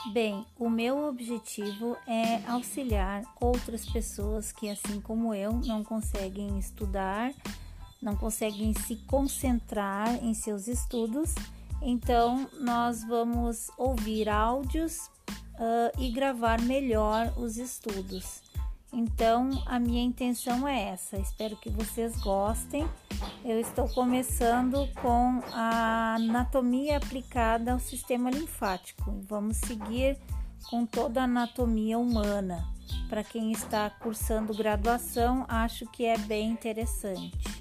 Bem, o meu objetivo é auxiliar outras pessoas que, assim como eu, não conseguem estudar, não conseguem se concentrar em seus estudos. Então, nós vamos ouvir áudios e gravar melhor os estudos. Então, a minha intenção é essa. Espero que vocês gostem. Eu estou começando com a anatomia aplicada ao sistema linfático. Vamos seguir com toda a anatomia humana. Para quem está cursando graduação, acho que é bem interessante.